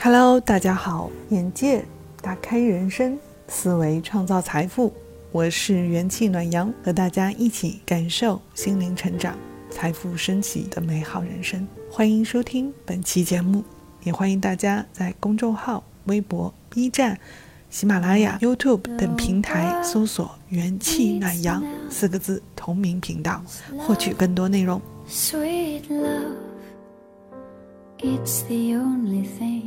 Hello， 大家好，眼界打开人生，思维创造财富。我是元气暖阳，和大家一起感受心灵成长、财富升级的美好人生。欢迎收听本期节目，也欢迎大家在公众号、微博、B 站、喜马拉雅、YouTube 等平台搜索元气暖阳4个字同名频道，获取更多内容。 Sweet love, it's the only thing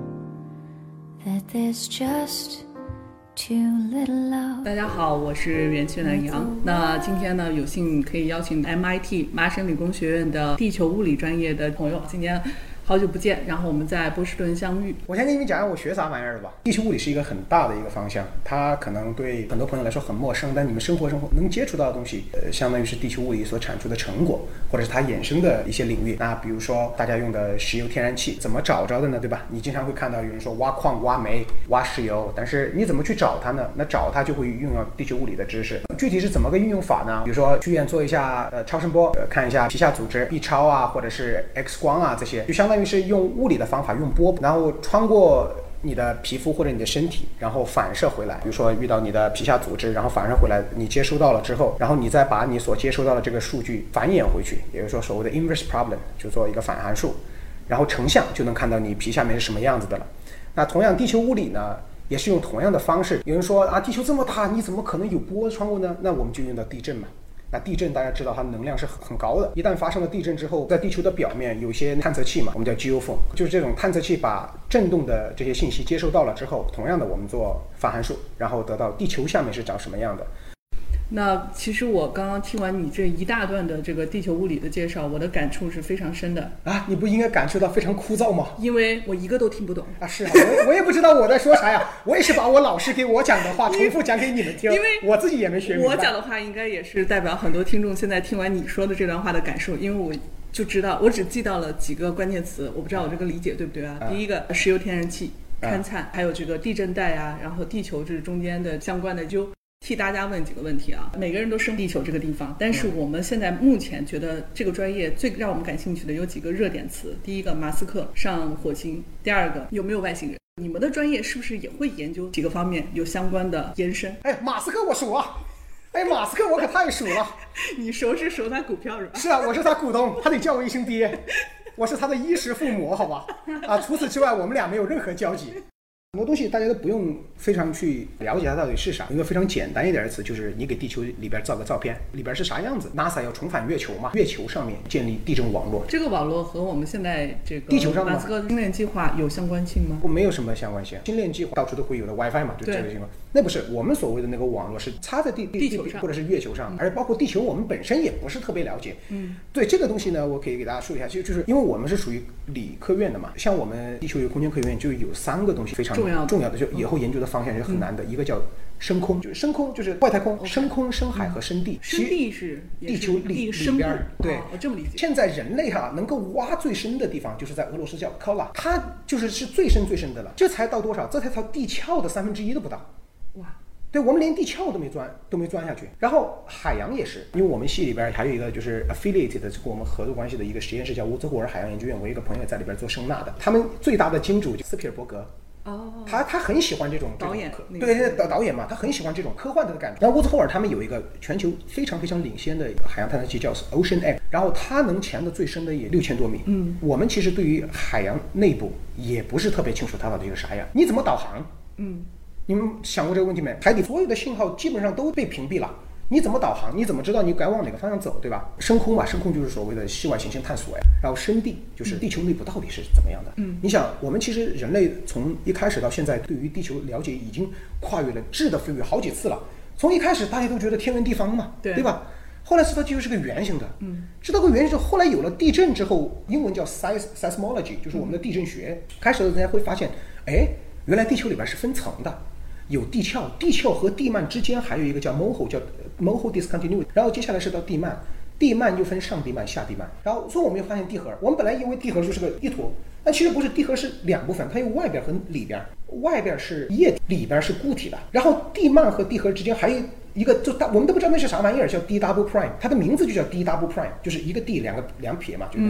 that there's just too little love。 大家好，我是元气暖阳。那今天呢，有幸可以邀请 MIT 麻省理工学院的地球物理专业的朋友，今天好久不见，然后我们在波士顿相遇。 我先跟你们讲讲我学啥玩意儿吧。地球物理是一个很大的一个方向，它可能对很多朋友来说很陌生，但你们生活能接触到的东西，相当于是地球物理所产出的成果，或者是它衍生的一些领域。那比如说大家用的石油天然气怎么找着的呢？对吧？你经常会看到有人说挖矿、挖煤、挖石油，但是你怎么去找它呢？那找它就会运用地球物理的知识。具体是怎么个运用法呢？比如说去医院做一下超声波，看一下皮下组织 B 超啊，或者是 X 光啊，这些就相当于是用物理的方法，用波，然后穿过你的皮肤或者你的身体，然后反射回来。比如说遇到你的皮下组织，然后反射回来，你接收到了之后，然后你再把你所接收到的这个数据繁衍回去，也就是说所谓的 inverse problem， 就做一个反函数，然后成像就能看到你皮下面是什么样子的了。那同样地球物理呢，也是用同样的方式。有人说啊，地球这么大，你怎么可能有波穿过呢？那我们就用到地震嘛。那地震大家知道它能量是很高的，一旦发生了地震之后，在地球的表面有些探测器嘛，我们叫 geophone， 就是这种探测器把震动的这些信息接收到了之后，同样的我们做反函数，然后得到地球下面是长什么样的。 那其实我刚刚听完你这一大段的这个地球物理的介绍，我的感触是非常深的啊！你不应该感受到非常枯燥吗？ 因为我一个都听不懂啊！是啊，我也不知道我在说啥呀。我也是把我老师给我讲的话重复讲给你们听，因为我自己也没学明白。 我讲的话应该也是代表很多听众现在听完你说的这段话的感受，因为我就知道，我只记到了几个关键词，我不知道我这个理解对不对啊？第一个石油天然气勘探，还有这个地震带啊，然后地球这中间的相关的就。替大家问几个问题啊！每个人都生地球这个地方，但是我们现在目前觉得这个专业最让我们感兴趣的有几个热点词。第一个，马斯克上火星；第二个，有没有外星人？你们的专业是不是也会研究几个方面有相关的延伸？ 哎，马斯克我熟啊！哎，马斯克我可太熟了。 你熟是熟他股票是吧？ 是啊，我是他股东，他得叫我一声爹。我是他的衣食父母，好吧？啊，除此之外，我们俩没有任何交集。很多东西大家都不用非常去了解它到底是啥，一个非常简单一点的词，就是你给地球里边造个照片，里边是啥样子。 NASA 要重返月球嘛，月球上面建立地震网络， 这个网络和我们现在这个地球上马斯克星链计划有相关性吗？ 没有什么相关性。星链计划到处都会有的 WiFi 嘛，就这个情况。那不是我们所谓的那个网络，是插在地球上或者是月球上，而包括地球我们本身也不是特别了解。对这个东西呢，我可以给大家说一下，就是因为我们是属于理科院的嘛，像我们地球有空间科学院就有3个东西非常重要的，就以后研究的方向是很难的。一个叫深空，就是深空就是外太空，深空、深海和深地。 深地是地球里边，对， 这么理解。 现在人类能够挖最深的地方，就是在俄罗斯叫考拉，它是最深的了。这才到多少？这才到地壳的1/3都不到。哇！对，我们连地壳都没钻下去。然后海洋也是，因为我们系里边还有一个就是 affiliated 的跟我们合作关系的一个实验室叫乌兹霍尔海洋研究院，我一个朋友在里边做声呐的，他们最大的金主斯皮尔伯格。他很喜欢这种导演， 对导演嘛，他很喜欢这种科幻的感觉。然后乌兹霍尔他们有一个全球非常非常领先的海洋探测器叫 Ocean X， 然后它能潜的最深的也6000多米。我们其实对于海洋内部也不是特别清楚它到底是啥样。你怎么导航？你们想过这个问题没？海底所有的信号基本上都被屏蔽了。你怎么导航？你怎么知道你该往哪个方向走，对吧？深空嘛，深空就是所谓的系外行星探索呀。然后深地就是地球内部到底是怎么样的。你想，我们其实人类从一开始到现在，对于地球了解已经跨越了质的飞跃好几次了。从一开始大家都觉得天圆地方嘛，对吧？后来知道地球是个圆形的，知道个圆形之后，后来有了地震之后，英文叫 seismology， 就是我们的地震学。开始大家会发现，哎，原来地球里边是分层的。有地壳，地壳和地幔之间还有一个叫 MOHO， 叫 MOHO discontinuity， 然后接下来是到地幔，地幔又分上地幔、下地幔，然后所以我们又发现地核。我们本来以为地核就是个一坨，但其实不是，地核是2部分，它有外边和里边，外边是液体，里边是固体的。然后地幔和地核之间还有一个，就我们都不知道那是啥玩意儿，叫 D double prime， 它的名字就叫 D double prime， 就是一个 D 两撇嘛，就是那个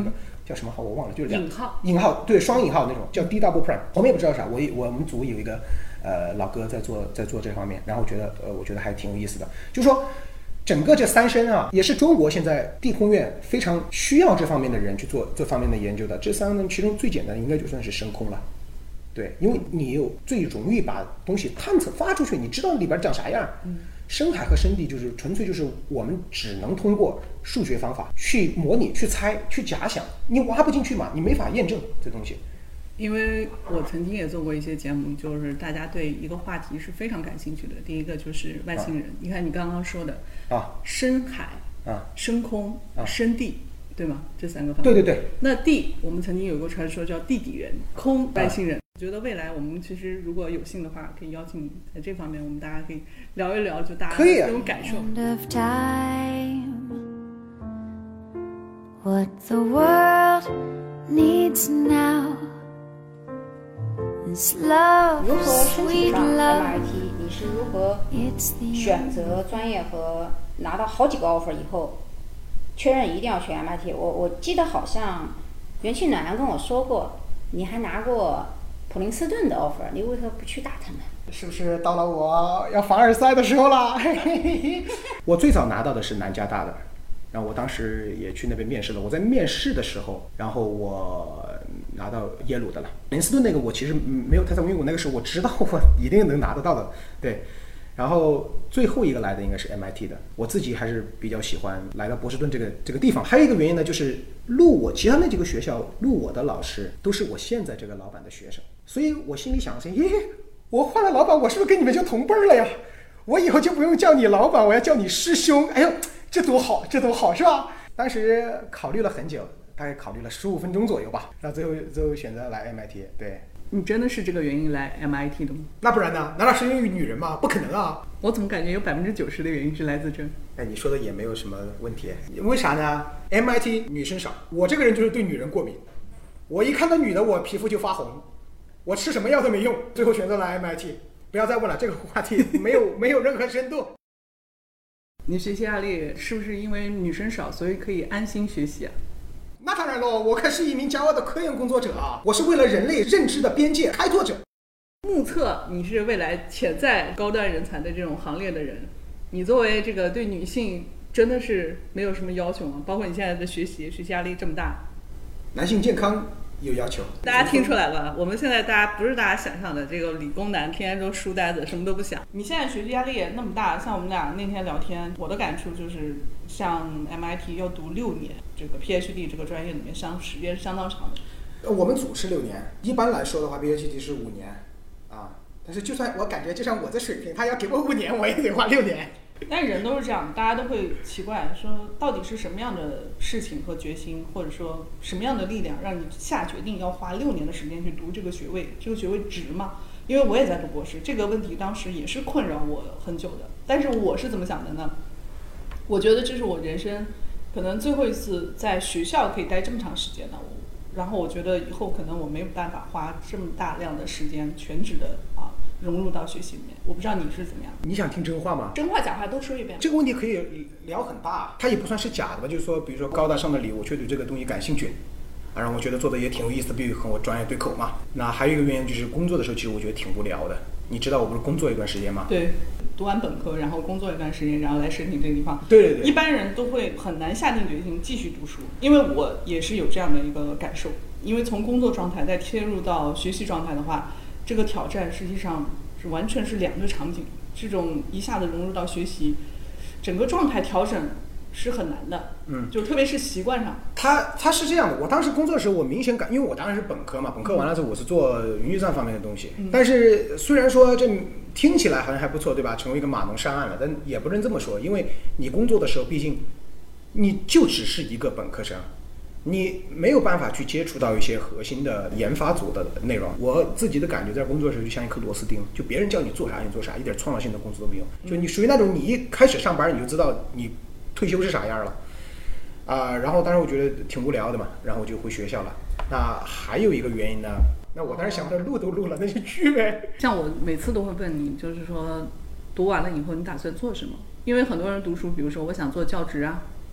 叫什么号我忘了，就是这样引号对，双引号那种叫 D double prime， 我们也不知道啥。我们组有一个老哥在做这方面，然后我觉得还挺有意思的，就是说。整个这3声啊，也是中国现在地空院非常需要这方面的人去做这方面的研究的。这3个其中最简单的应该就算是声空了，对，因为你有最容易把东西探测发出去，你知道里边长啥样。深海和深地就是纯粹就是我们只能通过数学方法去模拟、去猜、去假想，你挖不进去嘛，你没法验证这东西。 因为我曾经也做过一些节目，就是大家对一个话题是非常感兴趣的。第一个就是外星人，你看你刚刚说的深海深空深地，对吗？这3个方面。 对。 那地，我们曾经有个传说叫地底人，空外星人。我觉得未来我们其实如果有幸的话，可以邀请在这方面，我们大家可以聊一聊，就大家的这种感受。 What the world needs now is love, 如何申请 sweet 上 love. MIT？ 你是如何选择专业和拿到好几个 offer 以后，确认一定要去 MIT？ 我记得好像元庆暖阳跟我说过，你还拿过普林斯顿的 offer， 你为何不去打他们？ 是不是到了我要凡尔赛的时候了？我最早拿到的是南加大的。然后我当时也去那边面试了。我在面试的时候，然后我拿到耶鲁的了。林斯顿那个我其实没有太在乎，因为我那个时候我知道我一定能拿得到的。对，然后最后一个来的应该是 MIT 的。我自己还是比较喜欢来到波士顿这个地方。还有一个原因呢，就是其他那几个学校录我的老师都是我现在这个老板的学生，所以我心里想着，我换了老板，我是不是跟你们就同辈了呀？我以后就不用叫你老板，我要叫你师兄。哎呦！这多好是吧？当时考虑了很久，大概考虑了15分钟左右吧，然后最后选择来 MIT。对， 你真的是这个原因来 MIT 的吗？ 那不然呢？难道是因为女人吗？不可能啊！ 我怎么感觉有90%的原因是来自这？ 哎，你说的也没有什么问题。为啥呢 ？MIT 女生少，我这个人就是对女人过敏，我一看到女的我皮肤就发红，我吃什么药都没用，最后选择来 MIT。不要再问了，这个话题没有任何深度。 你学习压力是不是因为女生少，所以可以安心学习啊？ 那当然喽，我可是一名骄傲的科研工作者啊！我是为了人类认知的边界开拓者。 目测你是未来潜在高端人才的这种行列的人，你作为这个对女性真的是没有什么要求吗？包括你现在的学习压力这么大， 男性健康有要求， 大家听出来吧？我们现在大家不是大家想象的这个理工男，天天都书呆子，什么都不想。你现在学习压力也那么大，像我们俩那天聊天，我的感触就是，像 MIT 要读6年，这个 PhD 这个专业里面时间是相当长的。 我们组是6年，一般来说的话 PhD 是5年啊。但是就算我感觉，就像我这水平，他要给我5年，我也得花6年。 但人都是这样，大家都会奇怪，说到底是什么样的事情和决心，或者说什么样的力量让你下决定要花6年的时间去读这个学位？这个学位值吗？因为我也在读博士，这个问题当时也是困扰我很久的。但是我是怎么想的呢？我觉得这是我人生可能最后一次在学校可以待这么长时间的，然后我觉得以后可能我没有办法花这么大量的时间全职的融入到学习里面。我不知道你是怎么样。 你想听真话吗？ 真话假话都说一遍。 这个问题可以聊很大，它也不算是假的吧，就是说比如说高大上的理，我却对这个东西感兴趣，然后我觉得做的也挺有意思的，毕竟和我专业对口嘛。那还有一个原因就是工作的时候其实我觉得挺无聊的。你知道我不是工作一段时间吗？ 对，读完本科然后工作一段时间，然后来申请这个地方。 对， 一般人都会很难下定决心继续读书，因为我也是有这样的一个感受。因为从工作状态再切入到学习状态的话，这个挑战实际上是完全是2个场景。这种一下子融入到学习，整个状态调整是很难的。就特别是习惯上。 他是这样的，我当时工作的时候，我明显感，因为我当然是本科嘛，本科完了之后我是做云计算方面的东西。但是虽然说这听起来好像还不错，对吧？成为一个码农上岸了，但也不能这么说，因为你工作的时候，毕竟你就只是一个本科生。你没有办法去接触到一些核心的研发组的内容。我自己的感觉，在工作的时候就像一颗螺丝钉，就别人叫你做啥你做啥，一点创造性的工作都没有。就你属于那种你一开始上班你就知道你退休是啥样了然后当时我觉得挺无聊的嘛，然后我就回学校了。那还有一个原因呢，那我当时想着录都录了，那就去呗。 像我每次都会问你，就是说读完了以后你打算做什么？因为很多人读书，比如说我想做教职啊，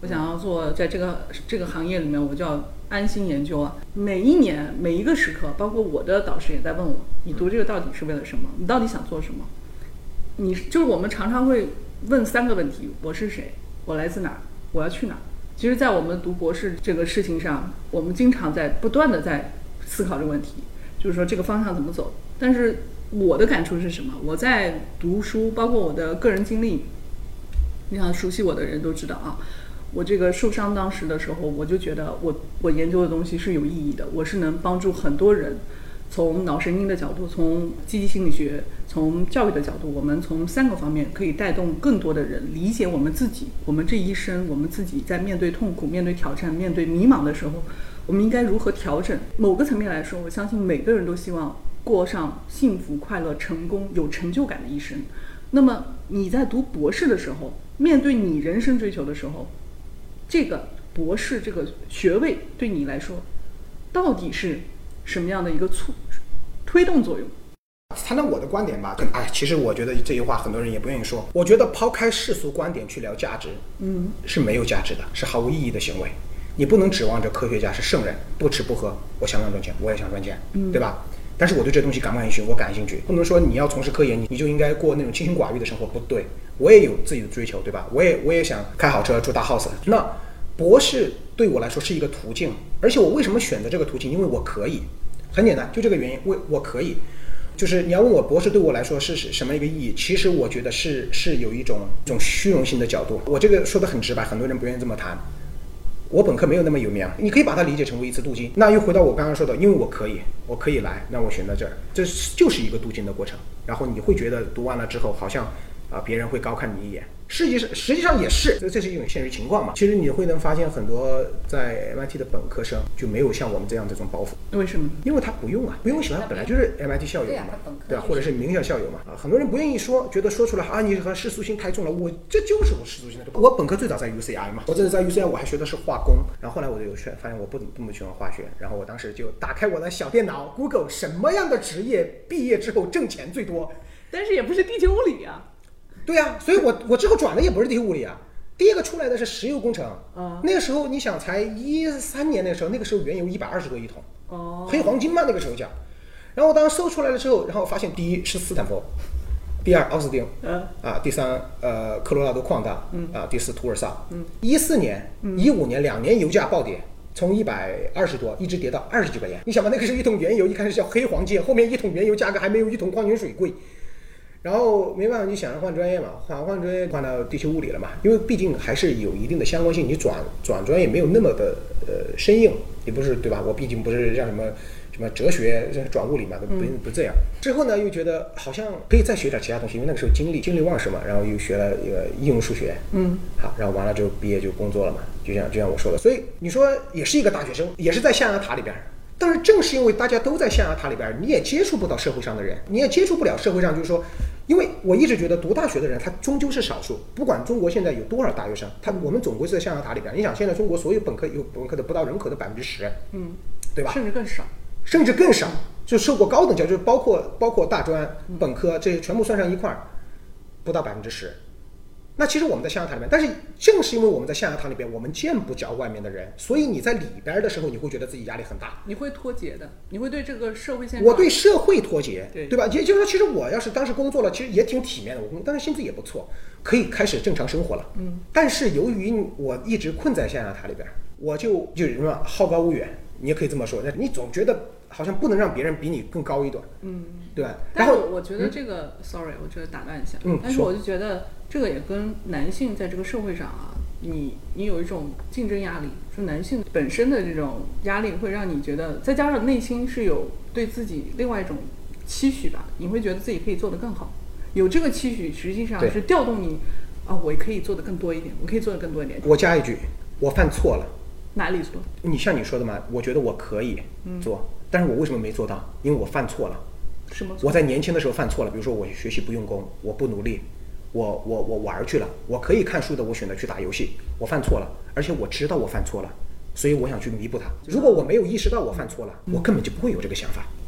我想要做在这个行业里面，我就要安心研究啊。每一年每一个时刻，包括我的导师也在问我，你读这个到底是为了什么？你到底想做什么？就是我们常常会问3个问题：我是谁？我来自哪儿？我要去哪儿？其实，在我们读博士这个事情上，我们经常在不断的在思考这个问题，就是说这个方向怎么走。但是我的感触是什么？我在读书，包括我的个人经历，你想熟悉我的人都知道啊。我这个受伤当时的时候，我就觉得我研究的东西是有意义的，我是能帮助很多人，从脑神经的角度，从积极心理学，从教育的角度，我们从3个方面可以带动更多的人理解我们自己，我们这一生，我们自己在面对痛苦、面对挑战、面对迷茫的时候，我们应该如何调整。某个层面来说，我相信每个人都希望过上幸福、快乐、成功、有成就感的一生。那么你在读博士的时候，面对你人生追求的时候，这个博士这个学位对你来说到底是什么样的一个推动作用？ 谈谈我的观点吧。其实我觉得这句话很多人也不愿意说。我觉得抛开世俗观点去聊价值，是没有价值的，是毫无意义的行为。你不能指望着科学家是圣人，不吃不喝，我想赚钱，我也想赚钱，对吧？但是我对这东西感不感兴趣？我感兴趣。不能说你要从事科研，你就应该过那种清心寡欲的生活，不对。我也有自己的追求，对吧？我也想开好车，住大 house。那博士对我来说是一个途径，而且我为什么选择这个途径？因为我可以，很简单，就这个原因，我可以。就是你要问我博士对我来说是什么一个意义？其实我觉得是有一种虚荣心的角度。我这个说得很直白，很多人不愿意这么谈。我本科没有那么有名，你可以把它理解成为一次镀金。那又回到我刚刚说的，因为我可以来，那我选在这儿，这就是一个镀金的过程。然后你会觉得读完了之后，好像别人会高看你一眼。实际上也是，这是一种现实情况嘛。其实你能发现很多在 MIT 的本科生就没有像我们这样这种包袱。 为什么？ 因为他不用喜欢，本来就是 MIT 校友嘛，对啊，或者是名校校友嘛。很多人不愿意说，觉得说出来你和世俗心太重了。这就是我世俗心的。我本科最早在 UCI 嘛，我这在 UCI 我还学的是化工，然后后来我就发现我不喜欢化学，然后我当时就打开我的小电脑 Google 什么样的职业毕业之后挣钱最多， 但是也不是地球物理啊。 对啊，所以我之后转的也不是地球物理啊，第一个出来的是石油工程。那个时候你想才13年，那个时候原油120多一桶，黑黄金嘛那个时候讲。然后我当时搜出来了之后，然后发现第一是斯坦福，第二奥斯汀，第三科罗拉多矿大，第四图尔萨。14年、15年2年油价暴跌，从120多一直跌到20几块钱。你想吧，那个时候一桶原油一开始叫黑黄金，后面一桶原油价格还没有一桶矿泉水贵。然后没办法，你想换专业嘛，换专业换到地球物理了嘛，因为毕竟还是有一定的相关性，你转专业没有那么的生硬，也不是对吧？我毕竟不是像什么哲学转物理嘛，不这样。之后呢，又觉得好像可以再学点其他东西，因为那个时候精力旺盛嘛，然后又学了一个应用数学，好，然后完了之后毕业就工作了嘛，就像我说的，所以你说也是一个大学生，也是在象牙塔里边。但是正是因为大家都在象牙塔里边，你也接触不到社会上的人，你也接触不了社会上，就是说，因为我一直觉得读大学的人他终究是少数，不管中国现在有多少大学生，我们总归是在象牙塔里边。你想现在中国所有本科的不到人口的10%，对吧？甚至更少，就受过高等教育，就是包括大专、本科这些全部算上一块，不到10%。那其实我们在象牙塔里面，但是正是因为我们在象牙塔里边，我们见不着外面的人，所以你在里边的时候，你会觉得自己压力很大， 你会脱节的，你会对这个社会现状， 我对社会脱节，对吧？也就是说，其实我要是当时工作了，其实也挺体面的，我当时薪资也不错，可以开始正常生活了。但是由于我一直困在象牙塔里边，我就什么好高骛远，你也可以这么说，你总觉得好像不能让别人比你更高一段，对吧？ 然后我觉得这个，sorry， 我觉得打断一下，但是我就觉得这个也跟男性在这个社会上啊，你有一种竞争压力，说男性本身的这种压力会让你觉得，再加上内心是有对自己另外一种期许吧，你会觉得自己可以做得更好，有这个期许实际上是调动你我可以做得更多一点，我可以做得更多一点。 我加一句，我犯错了。 哪里错？ 你像你说的嘛，我觉得我可以做，但是我为什么没做到？因为我犯错了。 什么错？ 我在年轻的时候犯错了，比如说我学习不用功，我不努力，我玩去了，我可以看书的，我选择去打游戏，我犯错了，而且我知道我犯错了，所以我想去弥补它。如果我没有意识到我犯错了，我根本就不会有这个想法。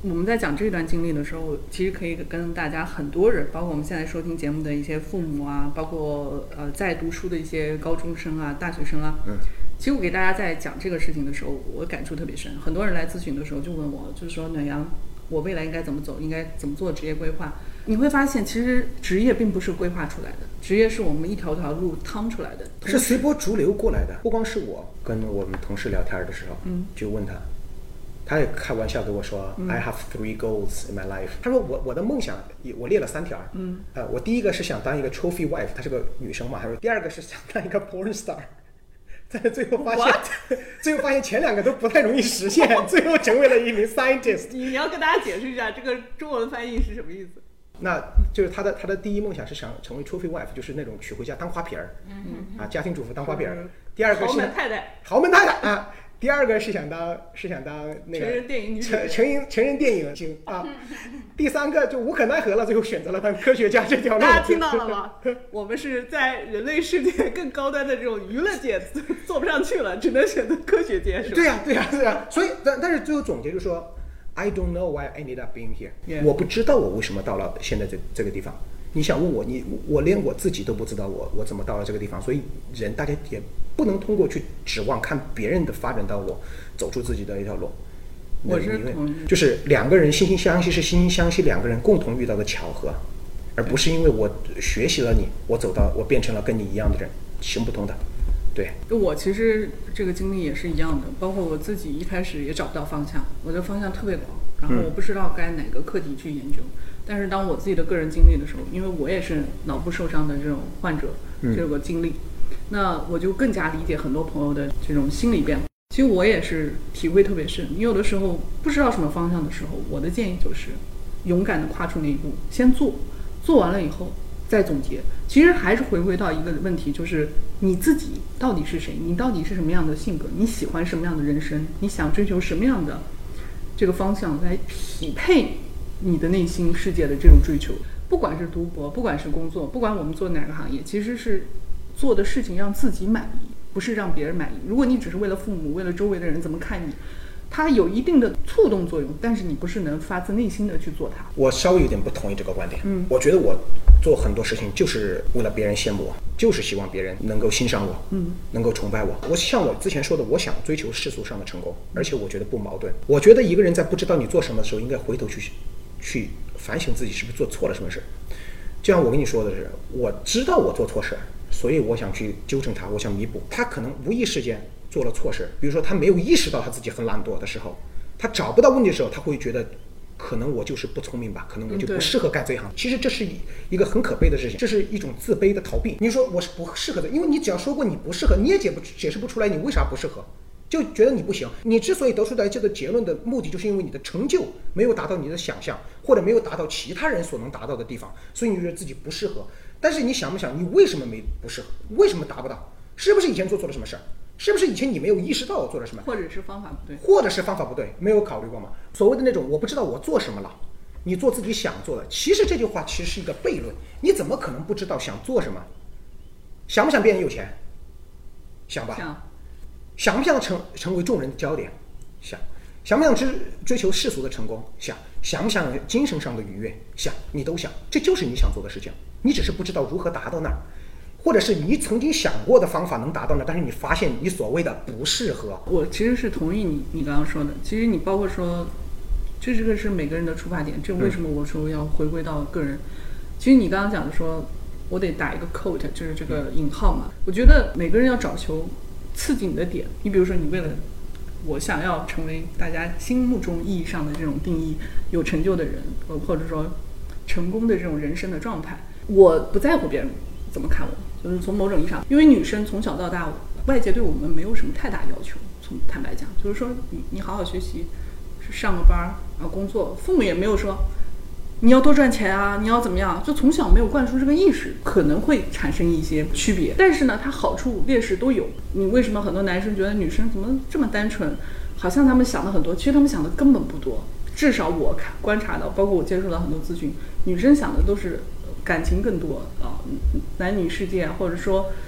我们在讲这段经历的时候，其实可以跟大家很多人，包括我们现在收听节目的一些父母啊，包括在读书的一些高中生啊、大学生啊，其实我给大家在讲这个事情的时候，我感触特别深。很多人来咨询的时候就问我，就是说暖阳，我未来应该怎么走，应该怎么做职业规划？你会发现，其实职业并不是规划出来的，职业是我们一条条路趟出来的， 是随波逐流过来的。不光是我跟我们同事聊天的时候，就问他也开玩笑跟我说、I have 3 goals in my life。他说我的梦想，我列了3条。我第一个是想当一个 trophy wife， 她是个女生嘛。他说第二个是想当一个 porn star。但是最后发现前2个都不太容易实现，最后成为了一名 scientist。 你要跟大家解释一下这个中文翻译是什么意思？ 那就是他的第一梦想是想成为 trophy wife， 就是那种娶回家当花瓶儿，家庭主妇当花瓶儿。第二个是豪门太太啊。第二个是想当那个成人电影女成人电影星啊。第3个就无可奈何了，最后选择了当科学家这条路。 大家听到了吗？我们是在人类世界更高端的这种娱乐界做不上去了，只能选择科学界，是吧？ 对呀。所以但是最后总结就是说 ，I don't know why I ended up being here。 Yeah. 我不知道我为什么到了现在这个地方。你想问我，我连我自己都不知道我怎么到了这个地方。所以大家也不能通过去指望看别人的发展到我走出自己的一条路。 我是同意， 就是2个人惺惺相惜，是惺惺相惜2个人共同遇到的巧合，而不是因为我学习了你，我变成了跟你一样的人，行不通的。对， 我其实这个经历也是一样的，包括我自己一开始也找不到方向，我的方向特别广，然后我不知道该哪个课题去研究。但是当我自己的个人经历的时候，因为我也是脑部受伤的这种患者，这个经历，那我就更加理解很多朋友的这种心理变化。其实我也是体会特别深，你有的时候不知道什么方向的时候，我的建议就是勇敢的跨出那一步，先做完了以后再总结。其实还是回归到一个问题，就是你自己到底是谁，你到底是什么样的性格，你喜欢什么样的人生，你想追求什么样的这个方向来匹配你的内心世界的这种追求。不管是读博，不管是工作，不管我们做哪个行业，其实是做的事情让自己满意，不是让别人满意。如果你只是为了父母，为了周围的人怎么看你，它有一定的触动作用，但是你不是能发自内心的去做它。 我稍微有点不同意这个观点。我觉得我做很多事情就是为了别人羡慕我，就是希望别人能够欣赏我，能够崇拜我。像我之前说的，我想追求世俗上的成功，而且我觉得不矛盾。我觉得一个人在不知道你做什么的时候，应该回头去反省自己是不是做错了什么事。就像我跟你说的是，我知道我做错事，所以我想去纠正它，我想弥补。他可能无意识间做了错事，比如说他没有意识到他自己很懒惰的时候，他找不到问题的时候，他会觉得可能我就是不聪明吧，可能我就不适合干这一行。其实这是一个很可悲的事情，这是一种自卑的逃避。你说我是不适合的，因为你只要说过你不适合，你也解释不出来你为啥不适合，就觉得你不行。你之所以得出来这个结论的目的，就是因为你的成就没有达到你的想象，或者没有达到其他人所能达到的地方，所以你觉得自己不适合。但是你想不想，你为什么不适合？为什么达不到？是不是以前做错了什么事儿？是不是以前你没有意识到我做了什么？ 或者是方法不对？ 或者是方法不对，没有考虑过吗？所谓的那种我不知道我做什么了，你做自己想做的，其实这句话其实是一个悖论。你怎么可能不知道想做什么？想不想变人有钱？想吧。想不想成为众人的焦点？想不想追求世俗的成功？想不想精神上的愉悦？你都想，这就是你想做的事情，你只是不知道如何达到那儿，或者是你曾经想过的方法能达到那儿，但是你发现你所谓的不适合。 我其实是同意你刚刚说的，其实你包括说这个是每个人的出发点，这为什么我说要回归到个人。其实你刚刚讲的说我得打一个 quote， 就是这个引号嘛。我觉得每个人要找求刺激你的点。你比如说你为了我想要成为大家心目中意义上的这种定义有成就的人，或者说成功的这种人生的状态，我不在乎别人怎么看我，就是从某种意义上，因为女生从小到大外界对我们没有什么太大要求，从坦白讲就是说你好好学习，上个班工作，父母也没有说你要多赚钱啊，你要怎么样，就从小没有灌输这个意识，可能会产生一些区别。但是呢，它好处劣势都有。你为什么很多男生觉得女生怎么这么单纯，好像他们想的很多，其实他们想的根本不多。至少我观察到，包括我接触到很多咨询，女生想的都是感情更多男女世界，或者说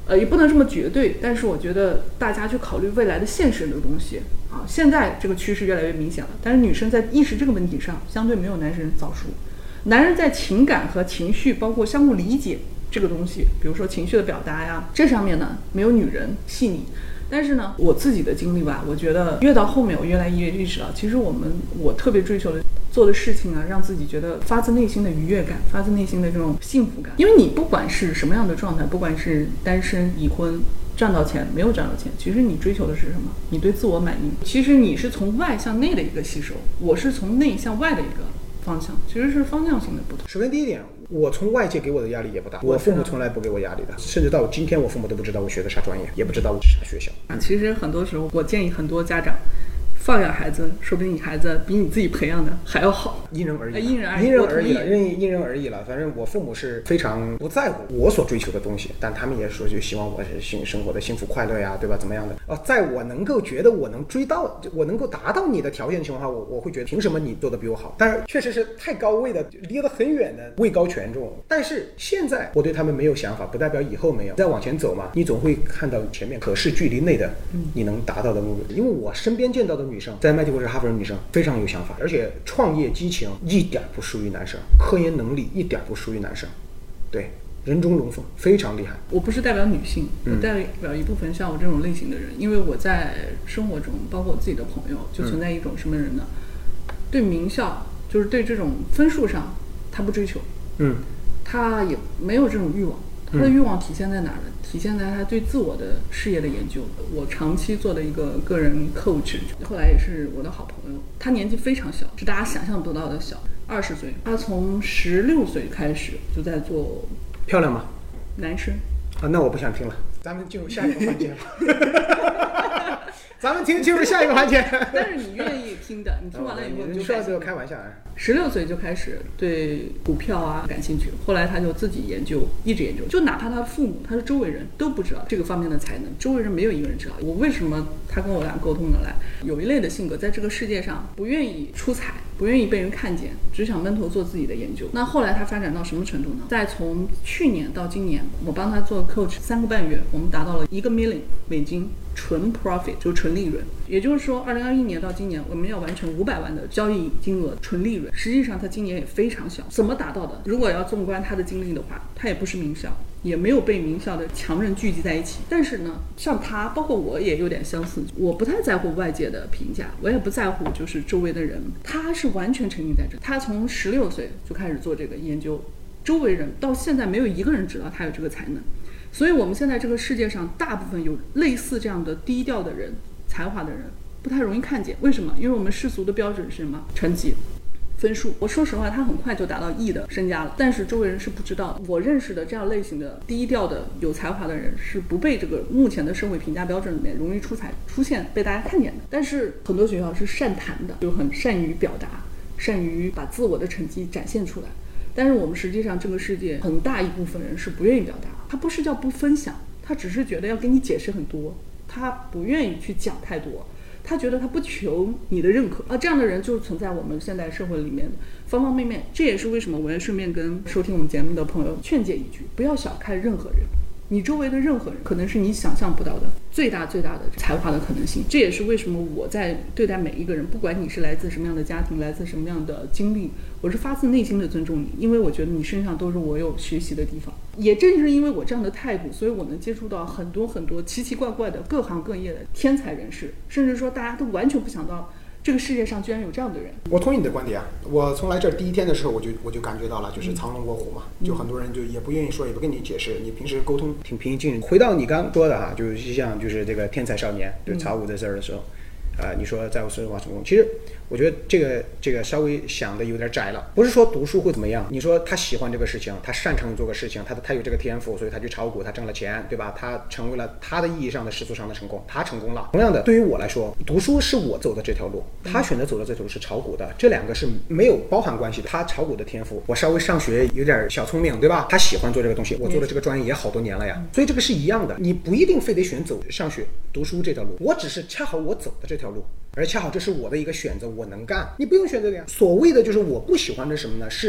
也不能这么绝对，但是我觉得大家去考虑未来的现实的东西啊，现在这个趋势越来越明显了。但是女生在意识这个问题上，相对没有男生早熟。男人在情感和情绪，包括相互理解这个东西，比如说情绪的表达呀，这上面呢没有女人细腻。但是呢，我自己的经历吧，我觉得越到后面，我越来越意识到，其实我特别追求的做的事情啊，让自己觉得发自内心的愉悦感，发自内心的这种幸福感。因为你不管是什么样的状态，不管是单身、已婚、赚到钱、没有赚到钱，其实你追求的是什么？你对自我满意。其实你是从外向内的一个吸收，我是从内向外的一个方向，其实是方向性的不同。 首先第一点，我从外界给我的压力也不大，我父母从来不给我压力的，甚至到今天我父母都不知道我学的啥专业，也不知道我是啥学校。 其实很多时候我建议很多家长放养孩子，说不定你孩子比你自己培养的还要好。 因人而异， 因人而异了。反正我父母是非常不在乎我所追求的东西，但他们也说就希望我是生活的幸福快乐呀，对吧？怎么样的？在我能够觉得我能追到，我能够达到你的条件情况下，我会觉得凭什么你做的比我好？但是确实是太高位的，离得很远的，位高权重。但是现在我对他们没有想法，不代表以后没有。再往前走嘛，你总会看到前面可视距离内的你能达到的目标。因为我身边见到的女生，在MIT或者哈佛的女生非常有想法，而且创业激情一点不输于男生，科研能力一点不输于男生，对，人中龙凤，非常厉害。 我不是代表女性，我代表一部分像我这种类型的人，因为我在生活中，包括我自己的朋友，就存在一种什么人呢？对名校，就是对这种分数上，他不追求，他也没有这种欲望。他的欲望体现在哪儿呢？体现在他对自我的事业的研究。我长期做的一个个人 coach， 后来也是我的好朋友。他年纪非常小，是大家想象不到的小，20岁。他从16岁开始就在做。 漂亮吗？ 男生。 那我不想听了，咱们进入下一个环节吧。咱们进入下一个环节。 但是你愿意听的，你听完了以后你说这个开玩笑啊。 16岁就开始对股票啊感兴趣，后来他就自己研究，一直研究，就哪怕他父母、他的周围人都不知道这个方面的才能，周围人没有一个人知道。我为什么他跟我俩沟通的来？有一类的性格在这个世界上不愿意出彩，不愿意被人看见，只想闷头做自己的研究。那后来他发展到什么程度呢？再从去年到今年，我帮他做 coach 3个半月，我们达到了1个million美金纯 profit， 就纯利润。也就是说2021年到今年我们要完成500万的交易金额纯利润。实际上他今年也非常小，怎么达到的？如果要纵观他的经历的话，他也不是名校，也没有被名校的强人聚集在一起。但是呢，像他包括我也有点相似，我不太在乎外界的评价，我也不在乎就是周围的人，他是完全沉浸在这。他从16岁就开始做这个研究，周围人到现在没有一个人知道他有这个才能。所以我们现在这个世界上大部分有类似这样的低调的人、才华的人不太容易看见。为什么？因为我们世俗的标准是什么？成绩、分数。我说实话，他很快就达到亿的身家了，但是周围人是不知道的。我认识的这样类型的低调的有才华的人是不被这个目前的社会评价标准里面容易出现被大家看见的。但是很多学校是善谈的，就很善于表达，善于把自我的成绩展现出来。但是我们实际上这个世界很大一部分人是不愿意表达，他不是叫不分享，他只是觉得要跟你解释很多，他不愿意去讲太多，他觉得他不求你的认可这样的人就存在我们现代社会里面方方面面。这也是为什么我要顺便跟收听我们节目的朋友劝诫一句，不要小看任何人，你周围的任何人可能是你想象不到的最大的才华的可能性。这也是为什么我在对待每一个人，不管你是来自什么样的家庭，来自什么样的经历，我是发自内心的尊重你，因为我觉得你身上都是我有学习的地方。也正是因为我这样的态度，所以我能接触到很多奇奇怪怪的各行各业的天才人士，甚至说大家都完全不想到这个世界上居然有这样的人。 我同意你的观点啊！我从来这儿第一天的时候，我就感觉到了，就是藏龙卧虎嘛，就很多人就也不愿意说，也不跟你解释，你平时沟通挺平易近人。回到你刚刚说的就是像就是这个天才少年，就是曹武的事儿的时候，你说在我身上成功，其实我觉得这个稍微想的有点窄了，不是说读书会怎么样。你说他喜欢这个事情，他擅长做个事情，他有这个天赋，所以他去炒股，他挣了钱，对吧？他成为了他的意义上的世俗上的成功，他成功了。同样的，对于我来说，读书是我走的这条路，他选择走的这条路是炒股的，这两个是没有包含关系的。他炒股的天赋，我稍微上学有点小聪明，对吧？他喜欢做这个东西，我做的这个专业也好多年了呀，所以这个是一样的。你不一定非得选走上学读书这条路，我只是恰好我走的这条路，而恰好这是我的一个选择，我能干，你不用选择的呀。所谓的就是我不喜欢的什么呢？是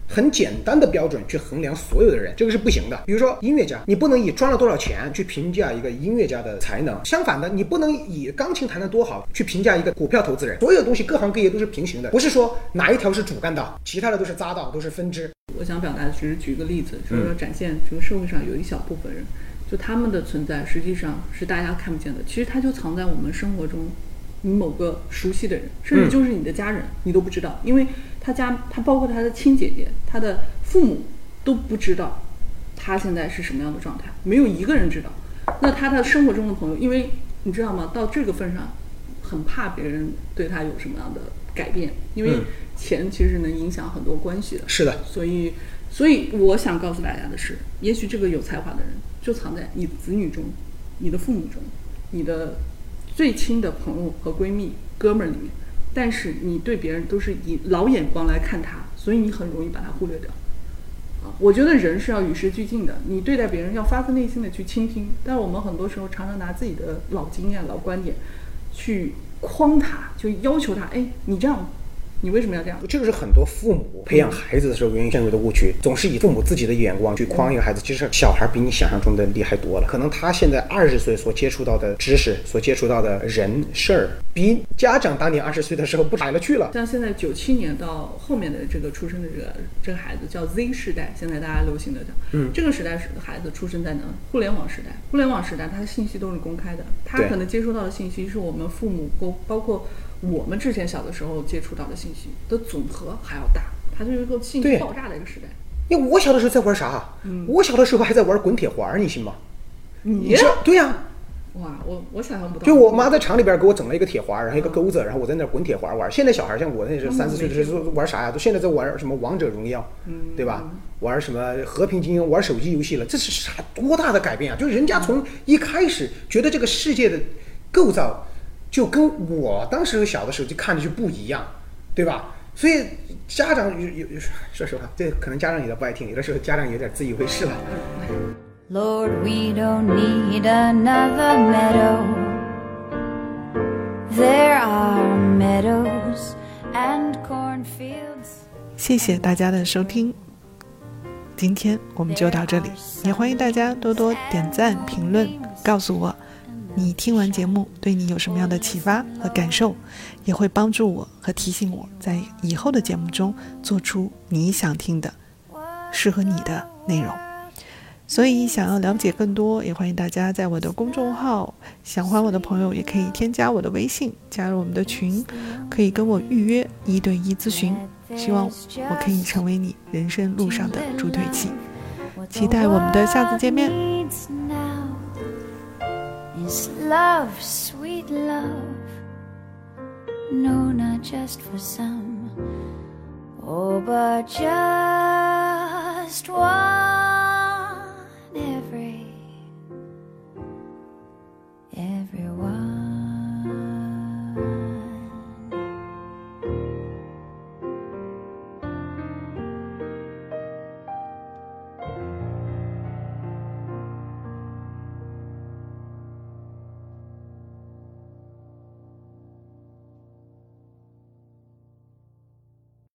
很简单的标准去衡量所有的人，这个是不行的。比如说音乐家，你不能以赚了多少钱去评价一个音乐家的才能，相反的，你不能以钢琴弹得多好去评价一个股票投资人。所有东西各行各业都是平行的，不是说哪一条是主干道，其他的都是匝道，都是分支。 我想表达的只是举个例子，就是说展现这个社会上有一小部分人，就他们的存在实际上是大家看不见的，其实他就藏在我们生活中你某个熟悉的人，甚至就是你的家人，你都不知道，因为他包括他的亲姐姐，他的父母都不知道他现在是什么样的状态，没有一个人知道。那他的生活中的朋友，因为你知道吗，到这个份上很怕别人对他有什么样的改变，因为钱其实能影响很多关系的。 是的， 所以我想告诉大家的是，也许这个有才华的人就藏在你的子女中，你的父母中，你的最亲的朋友和闺蜜哥们儿里面，但是你对别人都是以老眼光来看他，所以你很容易把他忽略掉。我觉得人是要与时俱进的，你对待别人要发自内心的去倾听，但是我们很多时候常常拿自己的老经验、老观点去框他，就要求他，哎，你这样，你为什么要这样？ 这个是很多父母培养孩子的时候容易陷入的误区，总是以父母自己的眼光去框一个孩子，其实小孩比你想象中的厉害多了。可能他现在20岁所接触到的知识，所接触到的人事儿，比家长当年20岁的时候不矮了去了。 像现在97年到后面的这个出生的这个孩子叫 Z 世代，现在大家流行的讲，这个时代的孩子出生在哪？互联网时代。互联网时代，他的信息都是公开的，他可能接触到的信息是我们父母包括我们之前小的时候接触到的信息的总和还要大，它就是一个信息爆炸的一个时代。 因为我小的时候在玩啥？我小的时候还在玩滚铁环，你信吗？ 你对呀。 哇，我想象不到。 就我妈在厂里边给我整了一个铁环，然后一个钩子，然后我在那滚铁环玩。现在小孩像我那是3、4岁的时候玩啥呀？都现在在玩什么王者荣耀，对吧？玩什么和平精英，玩手机游戏了，这是啥多大的改变啊！就是人家从一开始觉得这个世界的构造就跟我当时小的时候就看着就不一样，对吧？所以家长说实话，这可能家长有点不爱听，有的时候家长有点自以为是了。 Lord, we don't need another meadow. There are meadows and cornfields. 谢谢大家的收听，今天我们就到这里，也欢迎大家多多点赞、评论，告诉我你听完节目对你有什么样的启发和感受，也会帮助我和提醒我在以后的节目中做出你想听的、适合你的内容。所以想要了解更多，也欢迎大家在我的公众号，想欢我的朋友也可以添加我的微信，加入我们的群，可以跟我预约1对1咨询，希望我可以成为你人生路上的助推器，期待我们的下次见面。 Is love, sweet love. No, not just for some. Oh, but just one. Everyone.